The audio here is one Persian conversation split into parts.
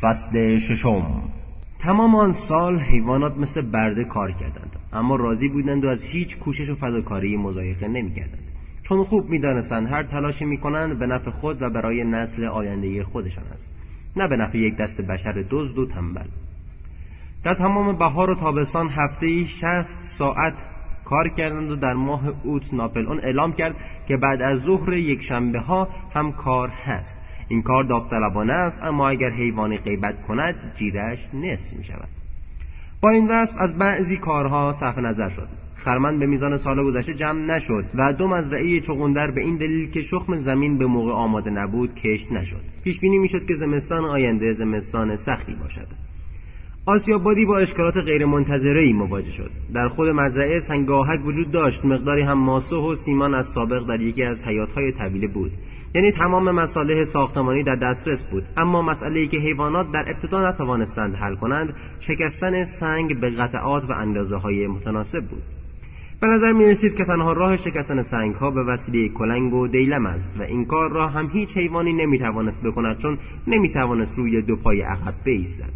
فصل ششم. تمام آن سال حیوانات مثل برده کار کردند، اما راضی بودند و از هیچ کوشش و فداکاری مضایقه نمی‌کردند، چون خوب می‌دانستند هر تلاشی می‌کنند به نفع خود و برای نسل آینده خودشان است، نه به نفع یک دست بشر دزد و تنبل. در تمام بهار و تابستان هفته‌ای 60 ساعت کار کردند و در ماه اوت ناپلئون اعلام کرد که بعد از ظهر یک شنبه ها هم کار هست. این کار داوطلبانه است، اما اگر حیوانی غیبت کند جیرش نصف می شود. با این وصف از بعضی کارها صرف نظر شد. خرمن به میزان سال گذشته جمع نشد و 2 مزرعه چغندر به این دلیل که شخم زمین به موقع آماده نبود کشت نشد. پیش بینی میشد که زمستان آینده زمستان سختی باشد. آسیابادی با اشکالات غیرمنتظره‌ای مواجه شد. در خود مزرعه سنگ آهک وجود داشت، مقداری هم ماسه و سیمان از سابق در یکی از حیاط‌های طویله بود. یعنی تمام مصالح ساختمانی در دسترس بود، اما مسئله‌ای که حیوانات در ابتدا نتوانستند حل کنند، شکستن سنگ به قطعات و اندازه‌های متناسب بود. به نظر می‌رسید که تنها راه شکستن سنگ‌ها به وسیله کلنگ و دیلم است و این کار را هم هیچ حیوانی نمی‌توانست بکند، چون نمی‌توانست روی 2 پای عقب بایستد.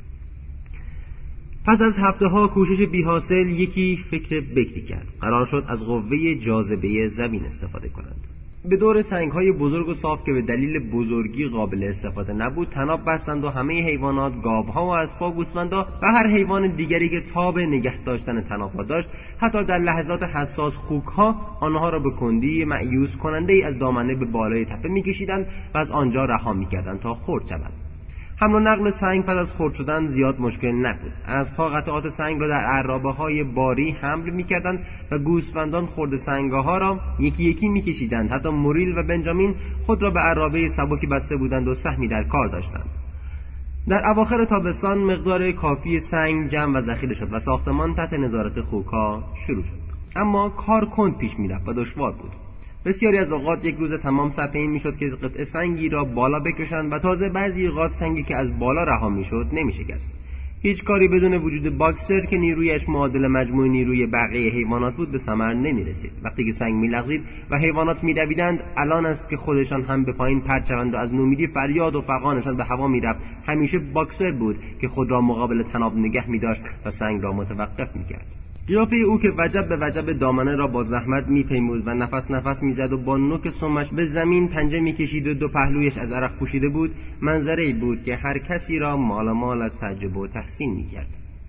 پس از هفته‌ها کوشش بی‌حاصل یکی فکر بکری کرد. قرار شد از قوه جاذبه زمین استفاده کنند. به دور سنگ‌های بزرگ و صاف که به دلیل بزرگی قابل استفاده نبود تناب بستند و همه حیوانات، گاوها و اسبا، گوسفندا و هر حیوان دیگری که تاب نگه داشتن تناب‌ها داشت، حتی در لحظات حساس خوک‌ها، آنها را به کندی مأیوس کننده‌ای از دامنه به بالای تپه می‌کشیدند و از آنجا رها می‌کردند تا خرد شوند. حمل و نقل سنگ پس از خرد شدن زیاد مشکل نبود. اسب‌ها قطعات سنگ را در عرابه‌های باری حمل می‌کردند و گوسفندان خرد سنگ‌ها را یکی یکی می‌کشیدند. حتی موریل و بنجامین خود را به عرابه سبکی بسته بودند و سهمی در کار داشتند. در اواخر تابستان مقدار کافی سنگ جمع و ذخیره شد و ساختمان تحت نظارت خوک‌ها شروع شد. اما کار کند پیش می‌رفت و دشوار بود. بسیاری از اوقات یک روز تمام صرف این میشد که قطعه سنگی را بالا بکشند و تازه بعضی اوقات سنگی که از بالا رها میشد نمیشکست. هیچ کاری بدون وجود باکسر که نیرویش معادل مجموع نیروی بقیه حیوانات بود به ثمر نمیرسید. وقتی که سنگ میلغزید و حیوانات میدویدند، الان است که خودشان هم به پایین پرت شوند و از نومیدی فریاد و فغانشان به هوا میرفت. همیشه باکسر بود که خود را مقابل تناب نگه میداشت و سنگ را متوقف میکرد. قیافه او که وجب به وجب دامنه را با زحمت میپیمود و نفس نفس میزد و با نوک سمش به زمین پنجه میکشید و 2 پهلویش از عرق پوشیده بود، منظره‌ای بود که هر کسی را مال از تعجب و تحسین میکرد.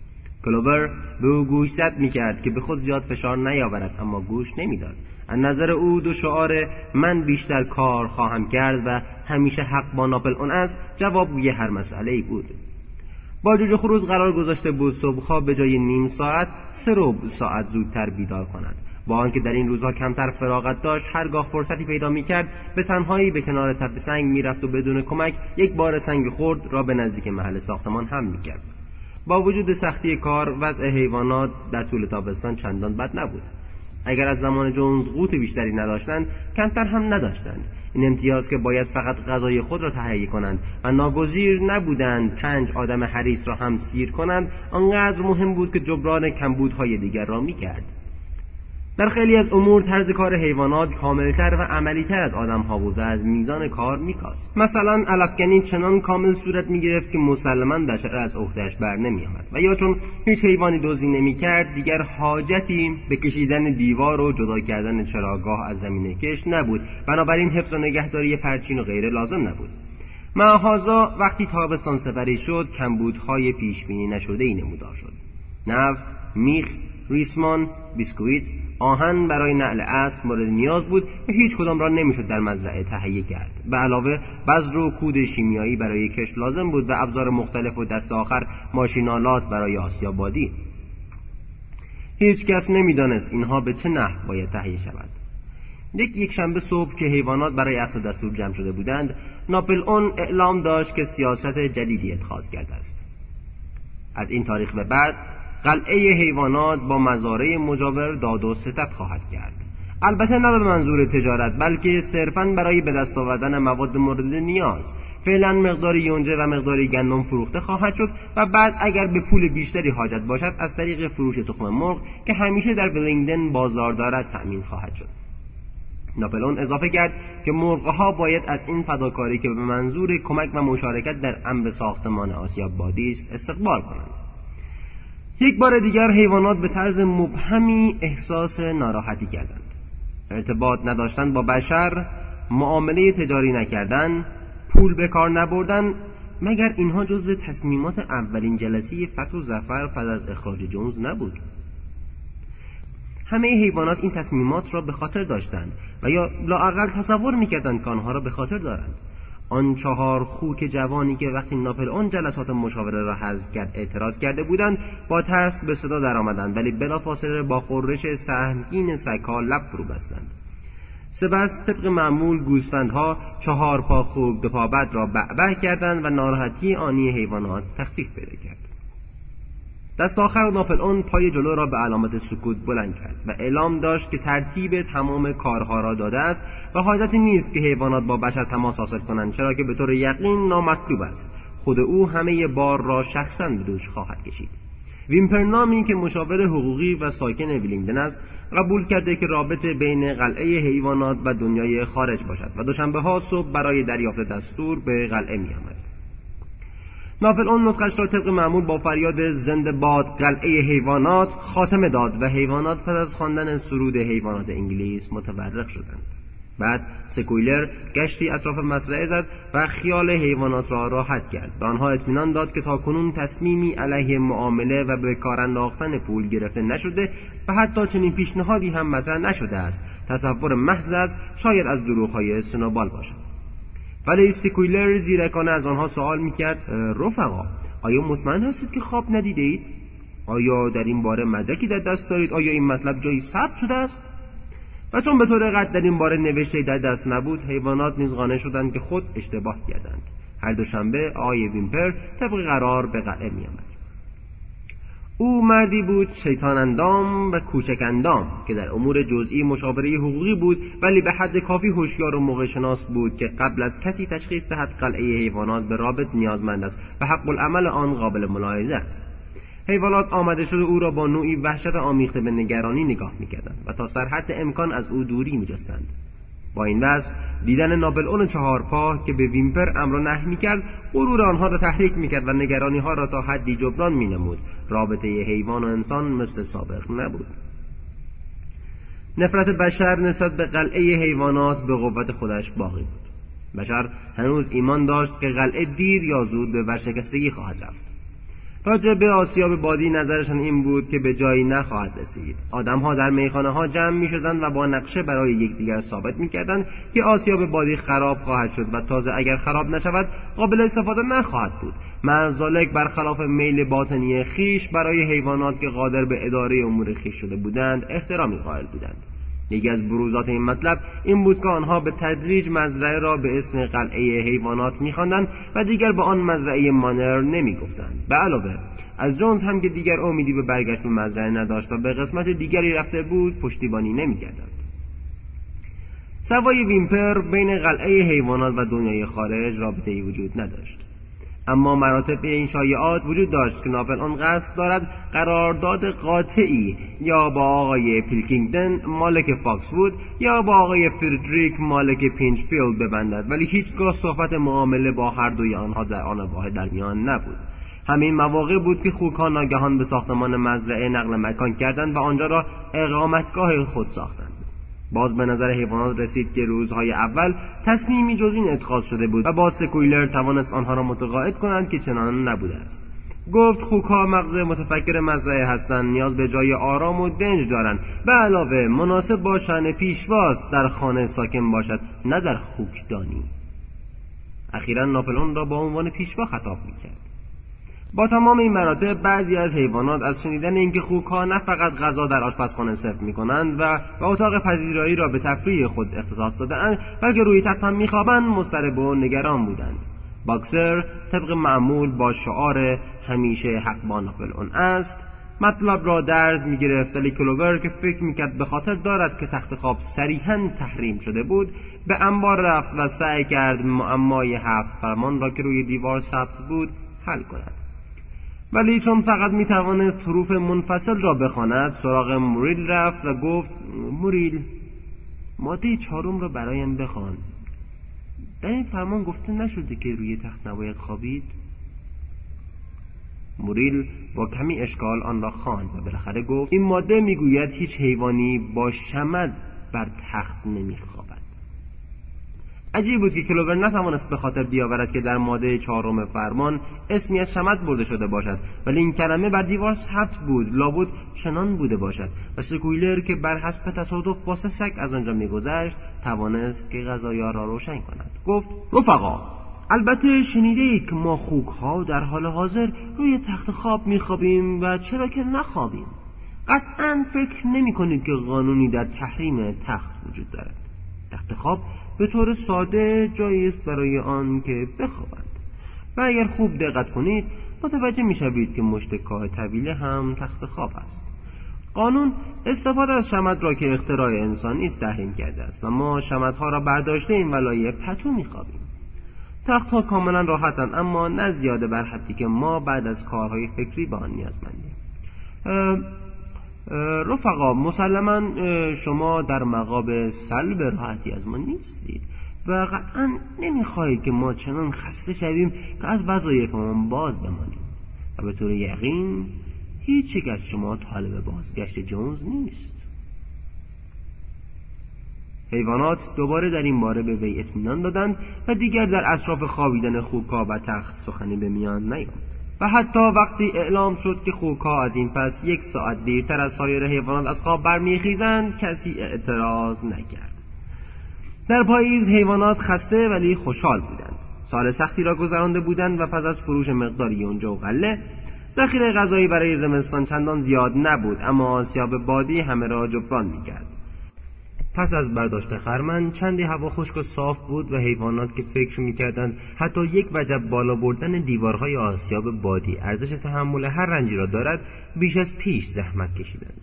کلوور به او گوشزد میکرد که به خود زیاد فشار نیاورد، اما گوش نمیداد. از نظر او 2 شعار من بیشتر کار خواهم کرد و همیشه حق با ناپلئون است جوابگوی هر مسئله‌ای بود. با جوجه خروس قرار گذاشته بود صبح‌ها به جای نیم ساعت 3 ساعت زودتر بیدار کند. با آنکه در این روزها کمتر فراغت داشت، هرگاه فرصتی پیدا می‌کرد به تنهایی به کنار تپه سنگ می‌رفت و بدون کمک یک بار سنگ خرد را به نزدیک محل ساختمان حمل می‌کرد. با وجود سختی کار، وضع حیوانات در طول تابستان چندان بد نبود. اگر از زمان جونز قوت بیشتری نداشتند، کمتر هم نداشتند. این امتیاز که باید فقط غذای خود را تهیه کنند و ناگزیر نبودند 5 آدم حریص را هم سیر کنند، آنقدر مهم بود که جبران کمبودهای دیگر را می‌کرد. در خیلی از امور طرز کار حیوانات کاملتر و عملی‌تر از آدم‌ها بود و از میزان کار می‌کاست. مثلا علفگنی چنان کامل صورت می‌گرفت که مسلماً بشر از عهده‌اش بر نمی‌آمد و یا چون هیچ حیوانی دزدی نمی‌کرد، دیگر حاجتی به کشیدن دیوار و جدا کردن چراگاه از زمینه کش نبود، بنابراین حفظ و نگهداری پرچین و غیره لازم نبود. معاذا وقتی تابستان سپری شد، کمبودهای پیش‌بینی نشده‌ای نمودار شد. نفت، میخ، ریسمان، بیسکویت، آهن برای نعل اسب مورد نیاز بود و هیچ کدام را نمیشد در مزرعه تهیه کرد. به علاوه بذر و کود شیمیایی برای کشت لازم بود و ابزار مختلف و دست آخر ماشینالات برای آسیابادی. هیچ کس نمیدانست اینها به چه نحو باید تهیه شود. یک شنبه صبح که حیوانات برای اخذ دستور جمع شده بودند، ناپلئون اعلام داشت که سیاست جدیدی اتخاذ کرده است. از این تاریخ به بعد قلعه حیوانات با مزارع مجاور داد و ستد خواهد کرد. البته نه به منظور تجارت، بلکه صرفاً برای به دست آوردن مواد مورد نیاز. فعلا مقدار یونجه و مقدار گندم فروخته خواهد شد و بعد اگر به پول بیشتری حاجت باشد از طریق فروش تخم مرغ که همیشه در ولینگدن بازار دارد تأمین خواهد شد. ناپلئون اضافه کرد که مرغ‌ها باید از این فداکاری که به منظور کمک و مشارکت در امر ساختمان آسیاب‌بادی است استقبال کنند. یک بار دیگر حیوانات به طرز مبهمی احساس ناراحتی کردند. ارتباط نداشتن با بشر، معامله تجاری نکردن، پول به کار نبردن، مگر اینها جزو تصمیمات اولین جلسه فتح و ظفر پس از اخراج جونز نبود؟ همه حیوانات این تصمیمات را به خاطر داشتند و یا لااقل تصور می‌کردند که آنها را به خاطر دارند. آن 4 خوک جوانی که وقتی ناپلئون جلسات مشاوره را حذف کرد اعتراض کرده بودند، با ترس به صدا درآمدند، ولی بلافاصله با غرش سهمگین سگ‌ها لب فرو بستند. سپس طبق معمول گوسفندها 4 پا خوک 2 پا بد را بعبع کردند و ناراحتی آنی حیوانات تخفیف پیدا کرد. دست آخر ناپلئون پای جلو را به علامت سکوت بلند کرد و اعلام داشت که ترتیب تمام کارها را داده است و حاجتی نیست که حیوانات با بشر تماس حاصل کنند، چرا که به طور یقین نامطلوب است. خود او همه بار را شخصاً به دوش خواهد کشید. ویمپر نامی که مشاور حقوقی و ساکن ویلینگدن است، قبول کرده که رابطه بین قلعه حیوانات و دنیای خارج باشد و دوشنبه‌ها صبح برای دریافت دستور به قلعه می‌آمد. ناپلئون نطقش را طبق معمول با فریاد زنده باد قلعه حیوانات خاتمه داد و حیوانات پس از خواندن سرود حیوانات انگلیس متورق شدند. بعد سکویلر گشتی اطراف مزرعه زد و خیال حیوانات را راحت کرد. به آنها اطمینان داد که تاکنون تصمیمی علیه معامله و به کار انداختن پول گرفته نشده و حتی چنین پیشنهادی هم مطرح نشده است. تصور محض است، شاید از دروغ‌های سنوبال باشد. ولی سکویلر زیرکانه از آنها سوال میکرد: رفقا، آیا مطمئن هستید که خواب ندیده اید؟ آیا در این باره مدرکی در دست دارید؟ آیا این مطلب جایی ثبت شده است؟ و چون به طور قطع در این باره نوشته در دست نبود، حیوانات نیز قانع شدند که خود اشتباه کردند. هر دوشنبه آقای ویمپر طبق قرار به قلعه می‌آمد. او مردی بود شیطان اندام و کوچک اندام که در امور جزئی مشاوره حقوقی بود، ولی به حد کافی هوشیار و موقع شناس بود که قبل از کسی تشخیص دهد قلعه حیوانات به رابط نیازمند است و حق العمل آن قابل ملاحظه است. حیوانات آمده شده او را با نوعی وحشت آمیخته به نگرانی نگاه می‌کردند و تا سرحد امکان از او دوری می‌جستند. با این وضع دیدن ناپلئون 4 پا که به ویمپر امر و نهی می‌کرد، غرور آنها را تحریک می‌کرد و نگرانی‌ها را تا حدی جبران می‌نمود. رابطه حیوان و انسان مثل سابق نبود. نفرت بشر نسبت به قلعه حیوانات به قوت خودش باقی بود. بشر هنوز ایمان داشت که قلعه دیر یا زود به ورشکستگی خواهد رفت. راجع به آسیاب بادی نظرشان این بود که به جایی نخواهد رسید. آدم‌ها در میخانه‌ها جمع می‌شدند و با نقشه برای یکدیگر ثابت می‌کردند که آسیاب بادی خراب خواهد شد و تازه اگر خراب نشود قابل استفاده نخواهد بود. مع ذلک برخلاف میل باطنی خیش برای حیوانات که قادر به اداره امور خیش شده بودند احترامی قائل بودند. یکی از بروزات این مطلب این بود که آنها به تدریج مزرعه را به اسم قلعه حیوانات می‌خواندند و دیگر به آن مزرعه مانر نمی‌گفتند. به علاوه از جونز هم که دیگر امیدی به برگشت به مزرعه نداشت و به قسمت دیگری رفته بود پشتیبانی نمی‌کردند. سوای ویمپر بین قلعه حیوانات و دنیای خارج رابطه‌ای وجود نداشت. اما مراتب این شایعات وجود داشت که ناپلئون قصد دارد قرارداد قاطعی یا با آقای پیلکینگتن مالک فاکس‌وود یا با آقای فردریک مالک پینچفیلد ببندد، ولی هیچگاه صحبت معامله با هر دوی آنها در آن واحد در میان نبود. همین مواقع بود که خوک‌ها ناگهان به ساختمان مزرعه نقل مکان کردند و آنجا را اقامتگاه خود ساختند. باز به نظر حیوانات رسید که روزهای اول تصمیمی جز این اتخاذ شده بود و باز سکویلر توانست آنها را متقاعد کنند که چنان نبوده است. گفت خوک‌ها مغز متفکر مزرعه هستند، نیاز به جای آرام و دنج دارند. به علاوه مناسب با شأن پیشواست در خانه ساکن باشد، نه در خوکدانی. اخیراً ناپلئون را با عنوان پیشوا خطاب می‌کرد. با تمام این مراتب بعضی از حیوانات از شنیدن اینکه خوک‌ها نه فقط غذا در آشپزخانه سرو می‌کنند و اتاق پذیرایی را به تفریح خود اختصاص داده‌اند، بلکه روی تخت هم می‌خوابند، مضطرب و نگران بودند. باکسر طبق معمول با شعار همیشه حق با ناپلئون است مطلب را درز می‌گرفت، ولی کلوور که فکر می‌کرد به خاطر دارد که تخت خواب صریحاً تحریم شده بود، به انبار رفت و سعی کرد معمای 7 فرمان را که روی دیوار ثبت بود حل کند. ولی چون فقط میتوانست حروف منفصل را بخواند، سراغ موریل رفت و گفت: موریل، ماده 4 را برایم بخوان. در این فرمان گفته نشده که روی تخت نباید خوابید؟ موریل با کمی اشکال آن را خواند و بالاخره گفت این ماده میگوید هیچ حیوانی با شمد بر تخت نمیخوابد. عجیب بود که کلوور نتوانست به خاطر بیاورد که در ماده 4 فرمان اسمی از شمد برده شده باشد، ولی این کلمه بر دیوار ثبت بود، لابد چنان بوده باشد. و سکویلر که بر حسب تصادف با 3 سگ از آنجا میگذشت توانست که قضایا را روشن کند. گفت رفقا، البته شنیده اید که ما خوک‌ها در حال حاضر روی تخت خواب میخوابیم و چرا که نخوابیم. قطعاً فکر نمی کنید که قانونی در تحریم تخت وجود دارد. تخت خواب به طور ساده جایی است برای آن که بخوابند و اگر خوب دقت کنید متوجه میشوید که مشت کاه طویله هم تخت خواب است. قانون استفاده از شمد را که اختراع انسانی است تحریم کرده است و ما شمدها را برداشته این ولایه پتو میخوابیم. تختها کاملا راحتند، اما نه زیاده بر حدی که ما بعد از کارهای فکری به آن نیازمندیم. رفقا، مسلما شما در مقام سلب راحتی از ما نیستید و قطعا نمیخواهید که ما چنان خسته شویم که از وظایفمان باز بمانیم و به طور یقین هیچ یک از شما طالب بازگشت جونز نیست. حیوانات دوباره در این باره به وی اطمینان دادند و دیگر در اطراف خوابیدن خوک‌ها و تخت سخنی به میان نیامد. و حتی وقتی اعلام شد که خوک‌ها از این پس 1 ساعت دیرتر از سایر حیوانات از خواب برمیخیزند کسی اعتراض نکرد. در پاییز حیوانات خسته ولی خوشحال بودند. سال سختی را گذرانده بودند و پس از فروش مقداری یونجه و غله ذخیره غذایی برای زمستان چندان زیاد نبود، اما آسیاب بادی همه را جبران می‌کرد. پس از برداشت خرمن چندی هوا خشک و صاف بود و حیوانات که فکر می‌کردند حتی 1 وجب بالا بردن دیوارهای آسیاب بادی ارزش تحمل هر رنجی را دارد بیش از پیش زحمت کشیدند.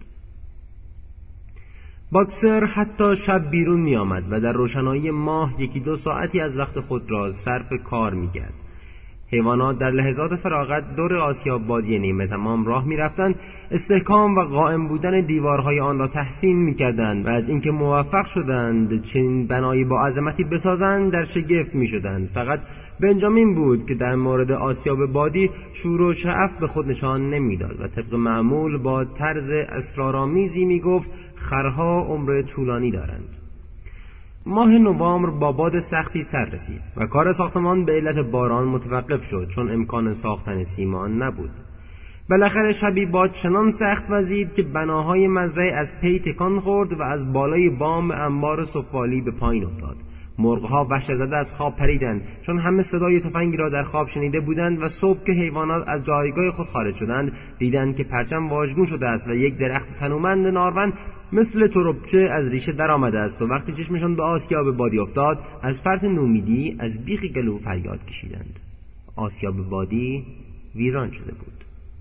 باکسر حتی شب بیرون می‌آمد و در روشنایی ماه 1-2 ساعتی از وقت خود را صرف کار می‌کرد. حیوانات در لحظات فراغت دور آسیاب بادی نیمه تمام راه می‌رفتند، استحکام و قائم بودن دیوارهای آن را تحسین می‌کردند و از اینکه موفق شدند چنین بنایی با عظمتی بسازند در شگفت می‌شدند. فقط بنجامین بود که در مورد آسیاب بادی شور و شعف به خود نشان نمی‌داد و طبق معمول با طرز اسرارآمیزی می‌گفت خرها عمر طولانی دارند. ماه نوامبر با باد سختی سر رسید و کار ساختمان به علت باران متوقف شد، چون امکان ساختن سیمان نبود. بالاخره شبی باد چنان سخت وزید که بناهای مزرعه از پی تکان خورد و از بالای بام انبار سفالی به پایین افتاد. مرغ‌ها وحشت زده از خواب پریدند، چون همه صدای تفنگی را در خواب شنیده بودند و صبح که حیوانات از جایگاه خود خارج شدند دیدند که پرچم واژگون شده است و یک درخت تنومند نارون مثل تربچه از ریشه در آمده است و وقتی چشمشان به آسیاب بادی افتاد از فرط نومیدی از بیخ گلو فریاد کشیدند. آسیاب بادی ویران شده بود.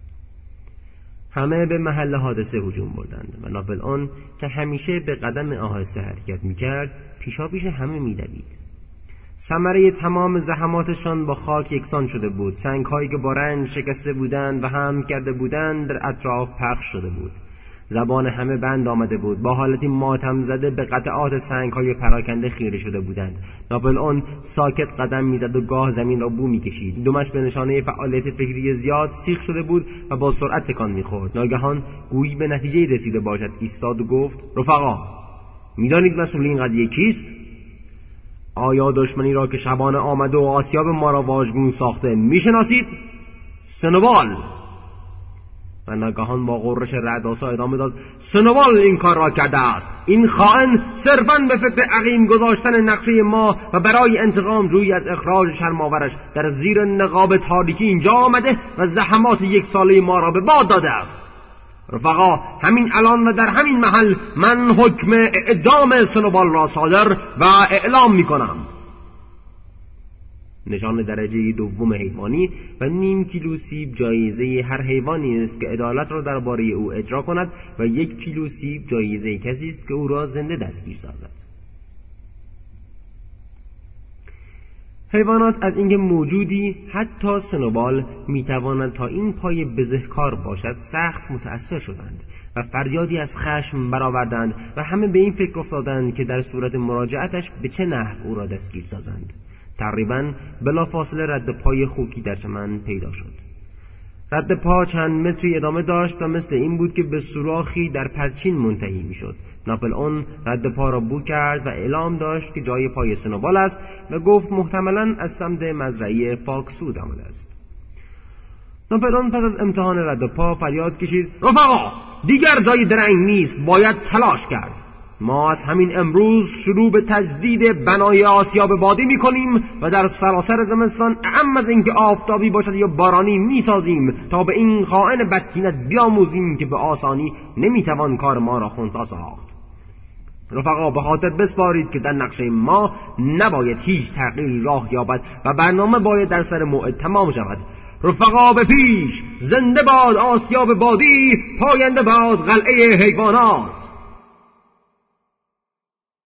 همه به محل حادثه هجوم بردند و ناپلئون که همیشه به قدم آهسته حرکت می‌کرد پیشاپیش همه می‌دوید. ثمره تمام زحماتشان با خاک یکسان شده بود. سنگ‌هایی که با رنج شکسته بودند و هم کرده بودند در اطراف پخش شده بود. زبان همه بند آمده بود. با حالتی ماتم زده به قطعات سنگ‌های پراکنده خیره شده بودند. ناپلئون ساکت قدم می‌زد و گاه زمین را بو می‌کشید. دمش به نشانه فعالیت فکری زیاد سیخ شده بود و با سرعت تکان می‌خورد. ناگهان گویی به نتیجه رسیده باشد ایستاد و گفت: رفقا، می‌دانید مسئول این قضیه کیست؟ آیا دشمنی را که شبانه آمده و آسیاب ما را واژگون ساخته می‌شناسید؟ سنوبال. و ناگهان با غرش رعدآسا ادامه داد: سنوبال این کار را کرده است. این خائن صرفاً به فکر عقیم گذاشتن نقشه ما و برای انتقام جویی از اخراج شرماورش در زیر نقاب تاریکی اینجا آمده و زحمات 1 ساله ما را به باد داده است. رفقا، همین الان و در همین محل من حکم اعدام سنوبال را صادر و اعلام می‌کنم. نشان درجه 2 حیوانی و 0.5 کیلو سیب جایزه هر حیوانی است که عدالت را درباره او اجرا کند و 1 کیلو سیب جایزه کسی است که او را زنده دستگیر سازد. حیوانات از اینکه موجودی حتی سنوبال میتواند تا این پای بزهکار باشد سخت متأثر شدند. و فریادی از خشم برآوردند و همه به این فکر افتادند که در صورت مراجعتش به چه نحو او را دستگیر سازند. تقریباً بلافاصله رد پای خوکی در چمن پیدا شد. رد پا چند متری ادامه داشت و مثل این بود که به سوراخی در پرچین منتهی میشد. ناپلئون رد پا را بو کرد و اعلام داشت که جای پای سنوبال است و گفت محتملاً از سمت مزرعه فاکسود آمده است. ناپلئون پس از امتحان رد پا فریاد کشید: رفقا، دیگر جای درنگ نیست، باید تلاش کرد. ما از همین امروز شروع به تجدید بنای آسیاب بادی می کنیم و در سراسر زمستان اعم از اینکه آفتابی باشد یا بارانی می سازیم تا به این خائن بدتینت بیاموزیم که به آسانی نمی توان کار ما را خنثی ساخت. رفقا، به خاطر بسپارید که در نقشه ما نباید هیچ تغییری راه یابد و برنامه باید در سر موعد تمام شود. رفقا به پیش، زنده باد آسیاب بادی، پاینده باد قلعه حیوانات.